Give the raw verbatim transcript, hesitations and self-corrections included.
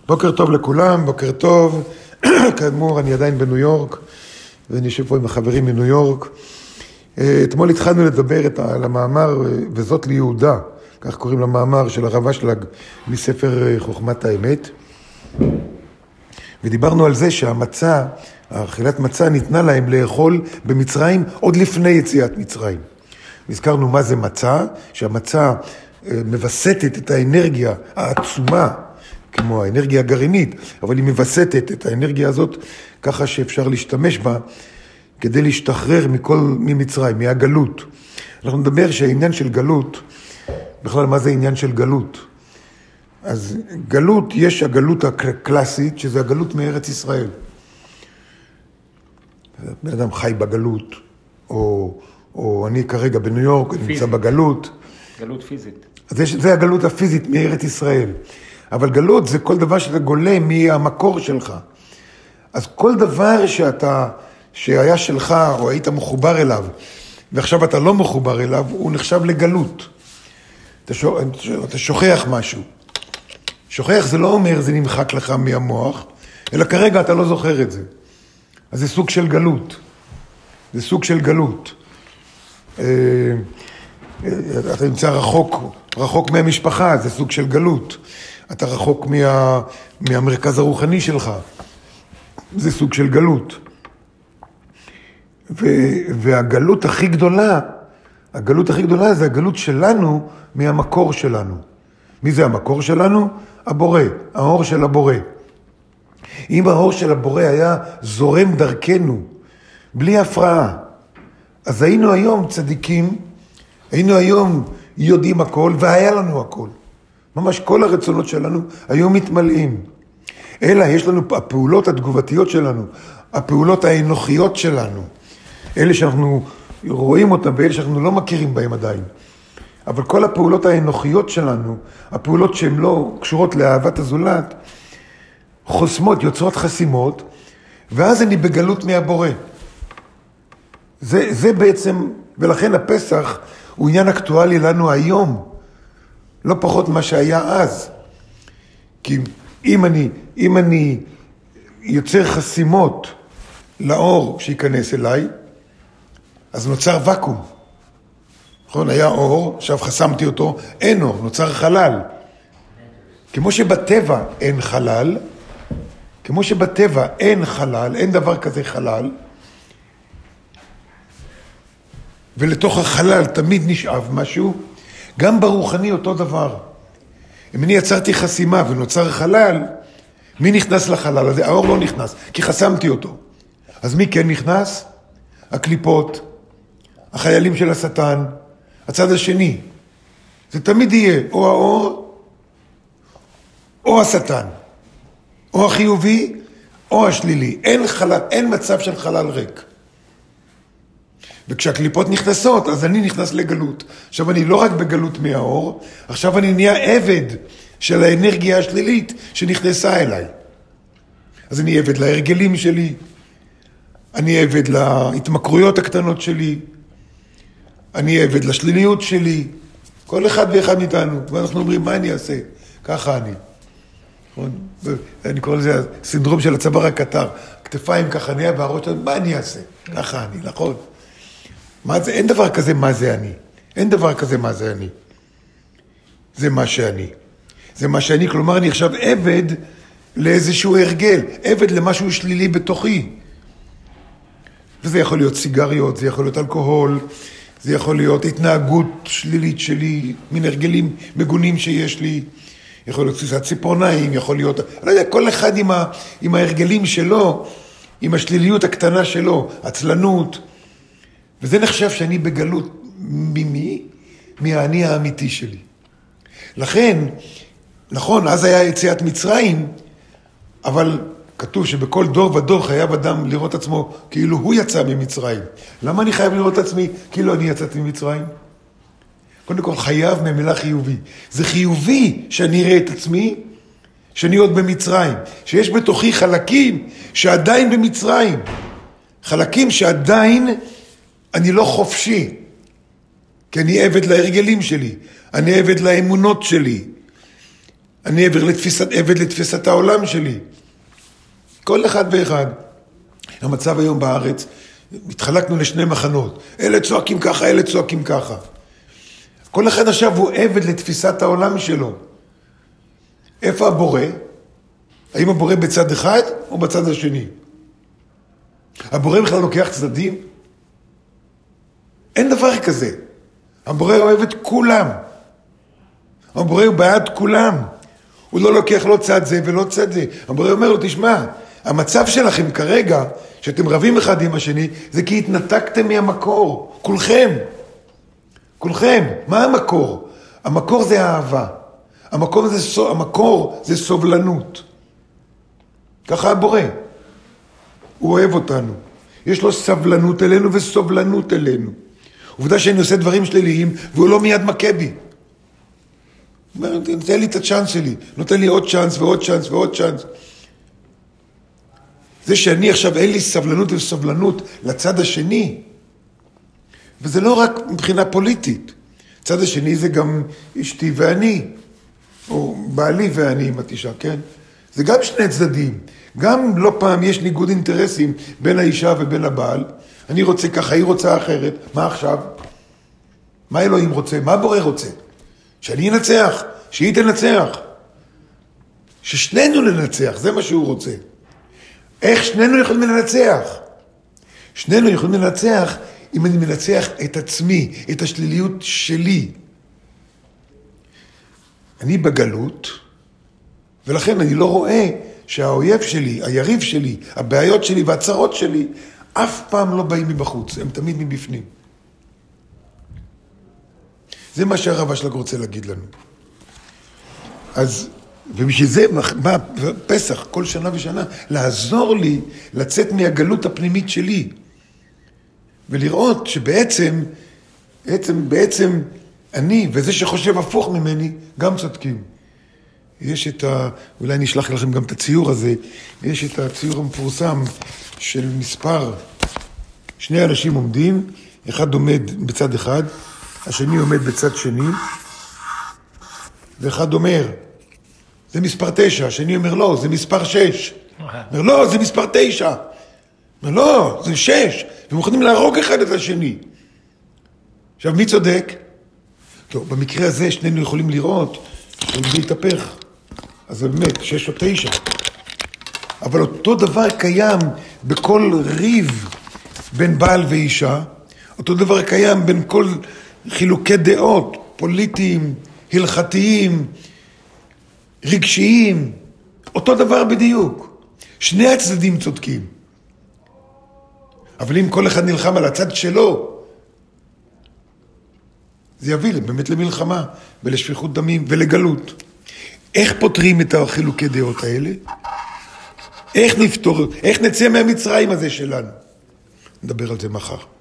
בוקר טוב לכולם, בוקר טוב. כאמור, אני עדיין בניו יורק, ואני יושב פה עם החברים מניו יורק. אתמול התחלנו לדבר על המאמר, וזאת ליהודה, כך קוראים למאמר של הרב אשלג, מספר חוכמת האמת. ודיברנו על זה שהמצה, האכילת מצה ניתנה להם לאכול במצרים עוד לפני יציאת מצרים. הזכרנו מה זה מצה, שהמצה מבסטת את האנרגיה העצומה, כמו האנרגיה הגרעינית, אבל היא מבסטת את האנרגיה הזאת ככה שאפשר להשתמש בה כדי להשתחרר מכל, ממצרים, מהגלות. אנחנו נדבר שהעניין של גלות, בכלל מה זה עניין של גלות? אז גלות, יש הגלות הקלאסית, שזה הגלות מארץ ישראל. בן אדם חי בגלות, או, או אני כרגע בניו יורק, פיזית. נמצא בגלות. גלות פיזית. זה, זה הגלות הפיזית מארץ ישראל. אבל גלות זה כל דבר שאתה גולה מהמקור שלך. אז כל דבר שאתה, שהיה שלך או היית מחובר אליו, ועכשיו אתה לא מחובר אליו, הוא נחשב לגלות. אתה, שוכח, אתה שוכח משהו. שוכח זה לא אומר זה נמחק לך מהמוח, אלא כרגע אתה לא זוכר את זה. אז זה סוג של גלות. זה סוג של גלות. אתה נמצא רחוק, רחוק מהמשפחה, זה סוג של גלות. אתה רחוק מה, מהמרכז הרוחני שלך. זה סוג של גלות. ו, והגלות הכי גדולה, הגלות הכי גדולה זה הגלות שלנו מהמקור שלנו. מי זה המקור שלנו? הבורא, האור של הבורא. אם האור של הבורא היה זורם דרכנו, בלי הפרעה, אז היינו היום צדיקים, היינו היום יודעים הכל, והיה לנו הכל. ממש כל הרצונות שלנו היו מתמלאים. אלא יש לנו הפעולות התגובתיות שלנו, הפעולות האנוכיות שלנו, אלה שאנחנו רואים אותם ואלה שאנחנו לא מכירים בהם עדיין. אבל כל הפעולות האנוכיות שלנו, הפעולות שהן לא קשורות לאהבת הזולת, חוסמות, יוצרות חסימות, ואז אני בגלות מהבורא. זה, זה בעצם, ולכן הפסח הוא עניין אקטואלי לנו היום, לא פחות מה שהיה אז. כי אם אני, אם אני יוצר חסימות לאור שיכנס אליי, אז נוצר וקום. נכון? היה אור, עכשיו חסמתי אותו, אין אור, נוצר חלל. כמו שבטבע אין חלל, כמו שבטבע אין חלל, אין דבר כזה חלל, ולתוך החלל תמיד נשאב משהו, גם ברוחני אותו דבר. אם אני יצרתי חסימה ונוצר חלל, מי נכנס לחלל הזה? האור לא נכנס, כי חסמתי אותו. אז מי כן נכנס? הקליפות, החיילים של השטן, הצד השני. זה תמיד יהיה או האור, או השטן, או החיובי, או השלילי. אין חלל, אין מצב של חלל ריק. וכשהקליפות נכנסות, אז אני נכנס לגלות. עכשיו אני לא רק בגלות מהאור, עכשיו אני נהיה עבד של האנרגיה השלילית שנכנסה אליי. אז אני עבד להרגלים שלי, אני עבד להתמכרויות הקטנות שלי, אני עבד לשליליות שלי, כל אחד ואחד מאיתנו. ואנחנו אומרים, מה אני אעשה? ככה אני. אני קורא לזה הסינדרום של הצוואר הקטר. כתפיים ככה נהיה והראש, מה אני אעשה? ככה אני, נכון? מה זה? אין דבר כזה מה זה אני. אין דבר כזה מה זה אני. זה מה שאני. זה מה שאני, כלומר אני עכשיו עבד לאיזשהו הרגל, עבד למשהו שלילי בתוכי. וזה יכול להיות סיגריות, זה יכול להיות אלכוהול, זה יכול להיות התנהגות שלילית שלי, מן הרגלים מגונים שיש לי, יכול להיות תסיסת ציפורניים, יכול להיות, לא יודע, כל אחד עם, ה, עם ההרגלים שלו, עם השליליות הקטנה שלו, עצלנות, וזה נחשב שאני בגלות ממי? מהאני האמיתי שלי. לכן, נכון, אז היה יציאת מצרים, אבל כתוב שבכל דור ודור חייב אדם לראות עצמו כאילו הוא יצא ממצרים. למה אני חייב לראות עצמי כאילו אני יצאתי ממצרים? קודם כל חייב ממילה חיובי. זה חיובי שאני אראה את עצמי, שאני עוד במצרים. שיש בתוכי חלקים שעדיין במצרים. חלקים שעדיין אני לא חופשי. כי אני עבד להרגלים שלי, אני עבד לאמונות שלי. אני עבד לתפיסת, עבד לתפיסת העולם שלי. כל אחד ואחד. המצב היום בארץ, התחלקנו לשני מחנות. אלה צועקים ככה, אלה צועקים ככה. כל אחד עכשיו הוא עבד לתפיסת העולם שלו. איפה הבורא? האם הבורא בצד אחד או בצד השני? הבורא בכלל לוקח צדדים? אין דבר כזה. הבורא אוהב את כולם. הבורא הוא בעד כולם. הוא לא לוקח לא צד זה ולא צד זה. הבורא אומר לו, תשמע, המצב שלכם כרגע, שאתם רבים אחד עם השני, זה כי התנתקתם מהמקור. כולכם. כולכם. מה המקור? המקור זה אהבה. המקור זה, המקור זה סובלנות. ככה הבורא. הוא אוהב אותנו. יש לו סבלנות אלינו וסובלנות אלינו. עובדה שאני עושה דברים שליליים, והוא לא מיד מכה בי. הוא אומר, נותן לי את הצ'אנס שלי. נותן לי עוד צ'אנס ועוד צ'אנס ועוד צ'אנס. זה שאני עכשיו אין לי סבלנות וסובלנות לצד השני. וזה לא רק מבחינה פוליטית. הצד השני זה גם אשתי ואני. או בעלי ואני עם התישה, כן? זה גם שני צדדים. גם לא פעם יש ניגוד אינטרסים בין האישה ובין הבעל. אני רוצה ככה, היא רוצה אחרת. מה עכשיו? מה אלוהים רוצה? מה בורא רוצה? שאני אנצח, שהיא תנצח. ששנינו ננצח, זה מה שהוא רוצה. איך שנינו יכולים לנצח? שנינו יכולים לנצח אם אני מנצח את עצמי, את השליליות שלי. אני בגלות, ולכן אני לא רואה שהאויב שלי, היריב שלי, הבעיות שלי והצרות שלי, אף פעם לא באים מבחוץ, הם תמיד מבפנים. זה מה שהרב אשלג רוצה להגיד לנו. אז, ובשביל זה, מה, פסח, כל שנה ושנה, לעזור לי לצאת מהגלות הפנימית שלי, ולראות שבעצם, בעצם, בעצם אני, וזה שחושב הפוך ממני, גם צודקים. יש את ה... אולי אני אשלח לכם גם את הציור הזה, יש את הציור המפורסם של מספר, שני אנשים עומדים, אחד עומד בצד אחד, השני עומד בצד שני, ואחד אומר, זה מספר תשע, השני אומר לא, זה מספר שש. אומר לא, זה מספר תשע. אומר לא, זה שש. והם יכולים להרוג אחד את השני. עכשיו, מי צודק? טוב, במקרה הזה שנינו יכולים לראות, יכולים להתהפך. אז זה באמת, שש או תשע. אבל אותו דבר קיים בכל ריב בין בעל ואישה, אותו דבר קיים בין כל חילוקי דעות, פוליטיים, הלכתיים, רגשיים, אותו דבר בדיוק. שני הצדדים צודקים. אבל אם כל אחד נלחם על הצד שלו, זה יביא באמת למלחמה ולשפיכות דמים ולגלות. איך פותרים את החילוקי דעות האלה? איך נפתור, איך נצא מהמצרים הזה שלנו? נדבר על זה מחר.